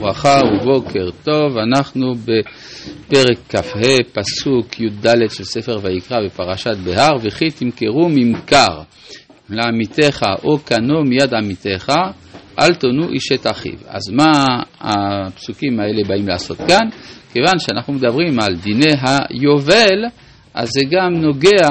וברכה ובוקר טוב. אנחנו בפרק כ"ה פסוק י"ד של ספר ויקרא בפרשת בהר. וכי תמכרו ממכר לעמיתך או קנו מיד עמיתך, אל תונו איש את אחיו. אז מה הפסוקים האלה באים לעשות כאן? כיוון שאנחנו מדברים על דיני היובל, אז זה גם נוגע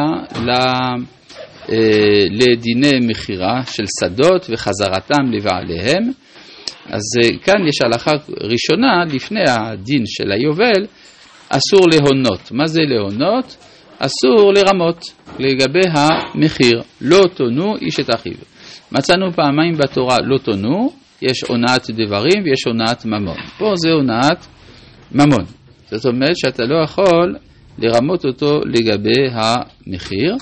לדיני מחירה של שדות וחזרתם לבעליהם. אז כאן יש הלכה ראשונה לפני הדין של היובל, אסור להונות. מה זה להונות? אסור לרמות לגבי המחיר. לא תונו איש את אחיו. מצאנו פעמיים בתורה לא תונו, יש הונאת דברים ויש הונאת ממון. פה זה הונאת ממון. זאת אומרת שאתה לא יכול לרמות אותו לגבי המחיר.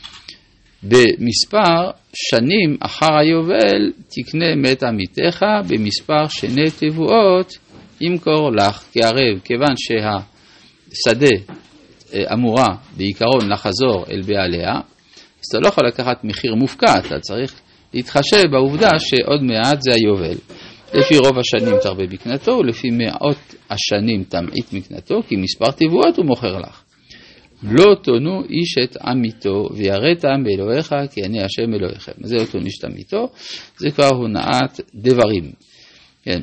במספר שנים אחר היובל תקנה מת עמיתך, במספר שני תבואות ימכור לך. כערב, כיוון שהשדה אמורה בעיקרון לחזור אל בעליה, אז אתה לא יכול לקחת מחיר מופקע, אתה צריך להתחשב בעובדה שעוד מעט זה היובל. לפי רוב השנים תרבה בקנתו, ולפי מאות השנים תמעיט מקנתו, כי מספר תבואות הוא מוכר לך. לא תונו איש את עמיתו, ויראת באלוהיך, כי אני השם אלוהיכם. זה לא תונו איש את עמיתו, זה כבר הונאת דברים. כן.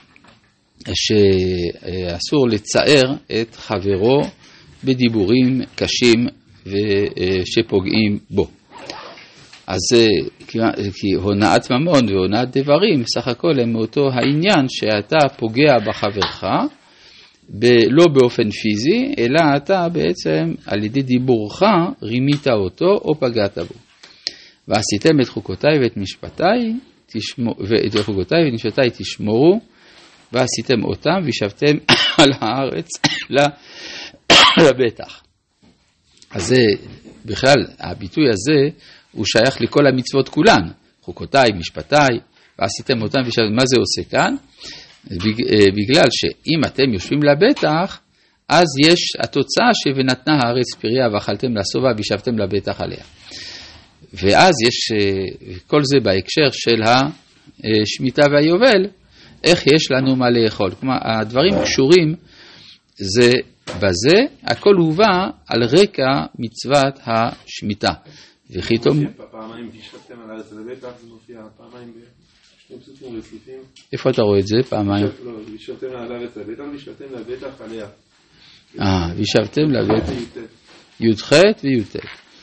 שאסור לצער את חברו בדיבורים קשים שפוגעים בו. אז כי הונאת ממון והונאת דברים, סך הכל הם מאותו העניין שאתה פוגע בחברך, לא באופן פיזי, אלא אתה בעצם על ידי דיבורך רימית אותו או פגעת בו. ועשיתם את חוקותיי ואת משפטיי, ואת חוקותיי ואת משפטיי תשמורו, ועשיתם אותם וישבתם על הארץ לבטח. אז זה, בכלל, הביטוי הזה הוא שייך לכל המצוות כולן, חוקותיי, משפטיי, ועשיתם אותם וישבתם. מה זה עושה כאן? בגלל שאם אתם יושבים לבטח, אז יש התוצאה שוונתנה הארץ פריה ואכלתם לשובע וישבתם לבטח עליה. ואז יש כל זה בהקשר של השמיטה והיובל, איך יש לנו מה לאכול. כלומר, הדברים קשורים זה בזה, הכל הובא על רקע מצוות השמיטה. וכי תום... פעמיים וישבתם על הארץ לבטח, זה מופיע פעמיים שני פסוקים רצופים. איפה אתה רואה את זה? פעמיים? לא, וישבתם על הארץ לבטח, וישבתם לבטח עליה. וישבתם לבטח. י"ח וי"ט.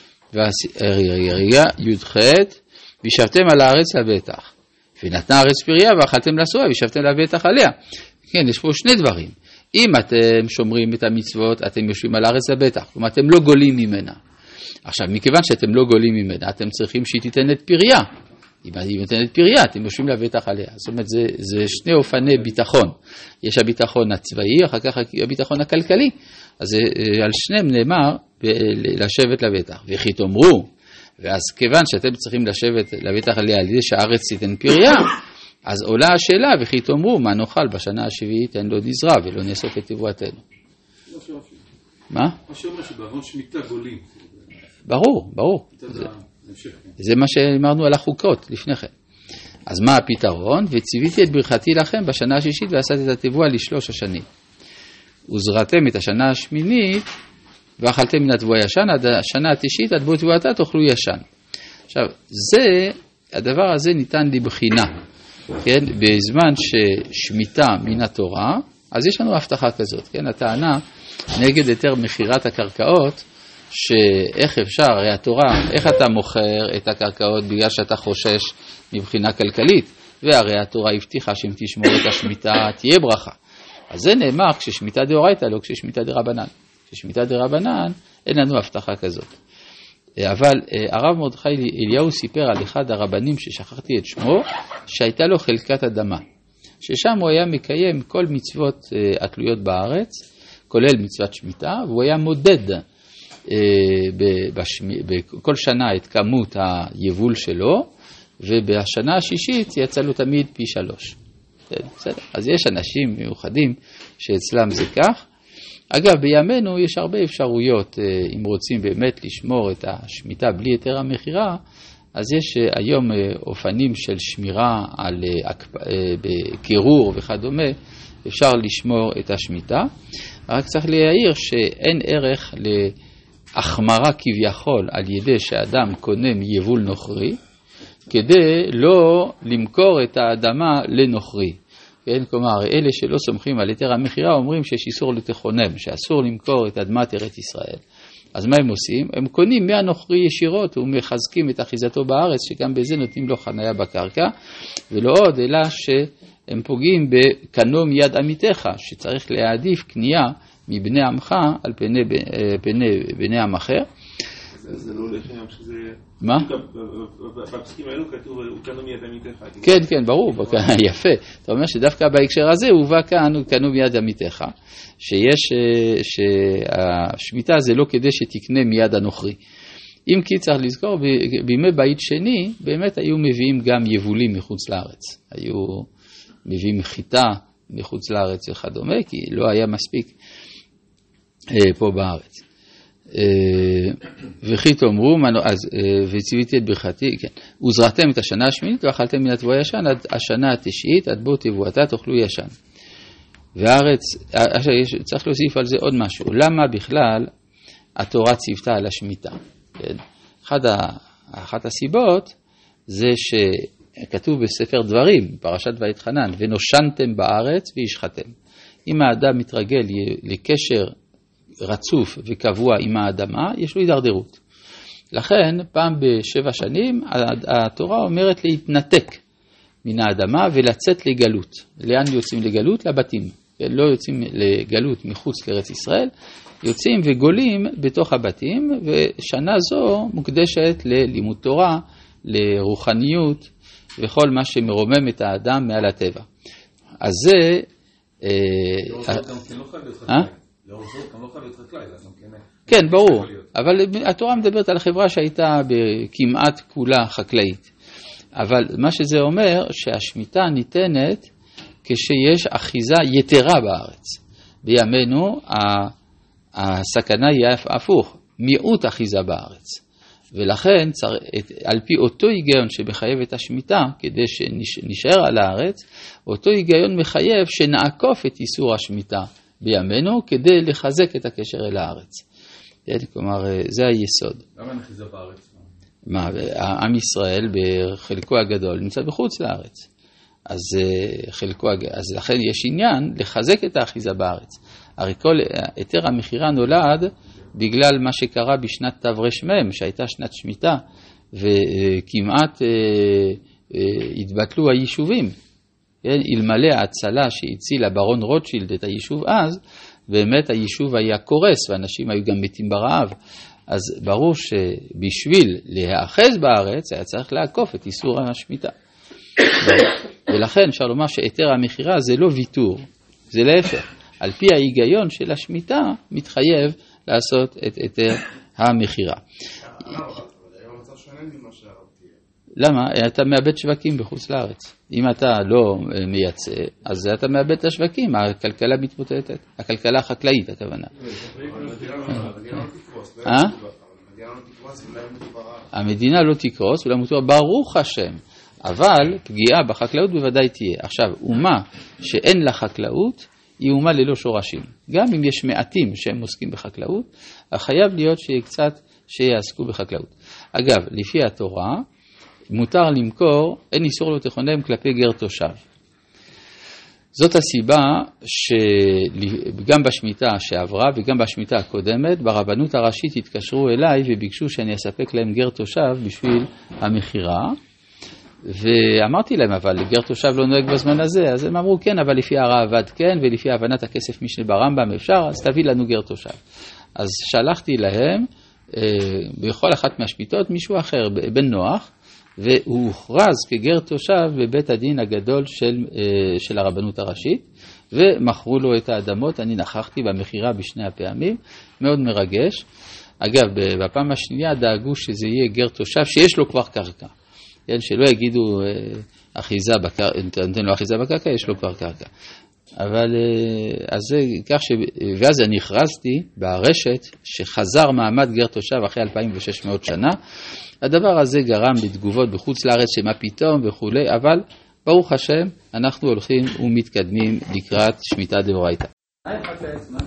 רגע, י"ח, וישבתם על הארץ לבטח. ונתנה הארץ פריה ואכלתם לשובע, וישבתם לבטח עליה. כן, יש פה שני דברים. אם אתם שומרים את המצוות, אתם יושבים על הארץ לבטח. כלומר, אתם לא גולים ממנה. עכשיו, מכיוון שאתם לא גולים ממנה, אתם צריכים שהיא תיתן את פריה. אם היא נותנת פריה, אתם יושבים לבטח עליה. זאת אומרת, זה שני אופני ביטחון. יש הביטחון הצבאי, אחר כך הביטחון הכלכלי. אז על שניהם נאמר לשבת לבטח. וכי תאמרו, ואז כיוון שאתם צריכים לשבת לבטח עליה על ידי שהארץ תיתן פריה, אז עולה השאלה, וכי תאמרו, מה נאכל בשנה השביעית, אין לא נזרע ולא נאסוף את תבואתנו. מה? מה שאומר שבעוון שמיטה גולים. ברור. זה מה שאמרנו על החוקות לפני כן. אז מה הפתרון? וציוויתי את ברכתי לכם בשנה השישית ועשיתי את התבואה לשלוש השנים. וזרעתם את השנה השמינית ואכלתם מן התבואה ישן, עד השנה התשיעית עד בוא תבואתה תאכלו ישן. עכשיו, הדבר הזה ניתן לבחינה. כן? בזמן ששמיטה מן התורה, אז יש לנו הבטחה כזאת. כן? הטענה נגד יותר מחירת הקרקעות, שאיך אפשר, הרי התורה, איך אתה מוכר את הקרקעות בגלל שאתה חושש מבחינה כלכלית, והרי התורה הבטיחה שאם תשמור את השמיטה תהיה ברכה. אז זה נאמר כששמיטה דאורייתא, לא כששמיטה דרבנן. כששמיטה דרבנן אין לנו הבטחה כזאת. אבל הרב מרדכי אליהו סיפר על אחד הרבנים ששכחתי את שמו, שהייתה לו חלקת אדמה, ששם הוא היה מקיים כל מצוות התלויות בארץ, כולל מצוות שמיטה, והוא היה מודד בכל שנה את כמות היבול שלו, ובשנה השישית יצא לו תמיד פי 3. בסדר. אז יש אנשים מיוחדים שאצלם זה כך. אגב, בימינו יש הרבה אפשרויות, אם רוצים באמת לשמור את השמיטה בלי היתר המכירה, אז יש היום אופנים של שמירה על קירור וכדומה, אפשר לשמור את השמיטה, רק צריך להעיר שאין ערך להחמרה כביכול על ידי שאדם קונה מיבול נוכרי, כדי לא למכור את האדמה לנוכרי. כן? כלומר, אלה שלא סומכים על היתר המכירה אומרים שיש איסור לתכונם, שאסור למכור את אדמת ארץ ישראל. אז מה הם עושים? הם קונים מהנוכרי ישירות ומחזקים את אחיזתו בארץ, שגם בזה נותנים לו חניה בקרקע, ולא עוד, אלא שהם פוגעים בקנו מיד עמיתך, שצריך להעדיף קנייה מבני עמך על פני בני עם אחר. זה לא הולך היום שזה... מה? בפסקים האלו כתוב, הוא קנו מיד עמיתך. כן, כן, ברור, יפה. אתה אומר שדווקא בהקשר הזה הובא כאן, הוא קנו מיד עמיתך, שהשמיטה זה לא כדי שתקנה מיד הנוכרי. אם כי צריך לזכור, בימי בית שני, באמת היו מביאים גם יבולים מחוץ לארץ. היו מביאים חיטה מחוץ לארץ וכדומה, כי לא היה מספיק פה בארץ. וכי תאמרו, וציוויתי את ברכתי, כן, וזרעתם את השנה השמינית ואכלתם מן התבואה ישן עד השנה התשיעית, עד בוא תבואתה תאכלו ישן. והארץ, צריך להוסיף על זה עוד משהו, למה בכלל התורה ציוותה על השמיטה? כן? אחת הסיבות זה שכתוב בספר דברים, פרשת ואתחנן, ונושנתם בארץ וישחתם. אם האדם מתרגל לקשר רצוף וקבוע עם האדמה, יש לו הידרדרות. לכן, פעם ב7 שנים, התורה אומרת להתנתק מן האדמה ולצאת לגלות. לאן יוצאים לגלות? לבתים. לא יוצאים לגלות מחוץ לארץ ישראל, יוצאים וגולים בתוך הבתים, ושנה זו מוקדשת ללימוד תורה, לרוחניות, וכל מה שמרומם את האדם מעל הטבע. אז זה... כן, ברור, אבל התורה מדברת על חברה שהייתה כמעט כולה חקלאית. אבל מה שזה אומר, שהשמיטה ניתנת כשיש אחיזה יתרה בארץ. בימינו הסכנה היא הפוך, מיעוט אחיזה בארץ. ולכן על פי אותו היגיון שמחייב את השמיטה, כדי שנשאר על הארץ, אותו היגיון מחייב שנעקוף את איסור השמיטה בימינו, כדי לחזק את הקשר אל הארץ. כלומר, זה היסוד. למה נחיזה בארץ? מה, עם ישראל בחלקו הגדול נמצא בחוץ לארץ. אז לכן יש עניין לחזק את האחיזה בארץ. הרי כל היתר המכירה נולד בגלל מה שקרה בשנת תרמ"ם, שהייתה שנת שמיטה, וכמעט התבטלו היישובים. אלמלא ההצלה שהצילה ברון רוטשילד את היישוב אז, באמת היישוב היה קורס, ואנשים היו גם מתים ברעב. אז ברור שבשביל להאחז בארץ, היה צריך לעקוף את איסור השמיטה. ולכן אפשר לומר שהיתר המכירה זה לא ויתור, זה להפך. על פי ההיגיון של השמיטה, מתחייב לעשות את היתר המכירה. למה? אתה מאבד שווקים בחוץ לארץ. אם אתה לא מייצא, אז אתה מאבד את השווקים, הכלכלה מתמוטטת. הכלכלה החקלאית, הכוונה. המדינה לא תקרוס, אולי מותר, ברוך השם. אבל פגיעה בחקלאות בוודאי תהיה. עכשיו, אומה שאין לה חקלאות, היא אומה ללא שורשים. גם אם יש מעטים שהם עוסקים בחקלאות, חייב להיות שקצת שיעסקו בחקלאות. אגב, לפי התורה, מותר למכור, אין איסור לא תכונם כלפי גר תושב. זאת הסיבה שגם בשמיטה שעברה וגם בשמיטה הקודמת, ברבנות הראשית התקשרו אליי וביקשו שאני אספק להם גר תושב בשביל המכירה. ואמרתי להם, אבל גר תושב לא נוהג בזמן הזה, אז הם אמרו כן, אבל לפי הרעב"ד כן, ולפי הבנת הכסף משנה ברמב"ם אפשר, אז תביא לנו גר תושב. אז שלחתי להם, בכל אחת מהשמיטות, מישהו אחר, בן נוח, והוא הוכרז כגר תושב בבית הדין הגדול של הרבנות הראשית, ומכרו לו את האדמות, אני נכחתי במכירה בשני הפעמים, מאוד מרגש. אגב, בפעם השנייה דאגו שזה יהיה גר תושב שיש לו כבר קרקע. שלא יגידו אחיזה בקרקע, נותן לו אחיזה בקרקע, יש לו כבר קרקע. אבל אז זה כך ואז אני הכרזתי ברשת שחזר מעמד גר תושב אחרי 2600 שנה. הדבר הזה גרם בתגובות בחוץ לארץ שמה פתאום וכולי, אבל ברוך השם אנחנו הולכים ומתקדמים לקראת שמיטה דאורייתא.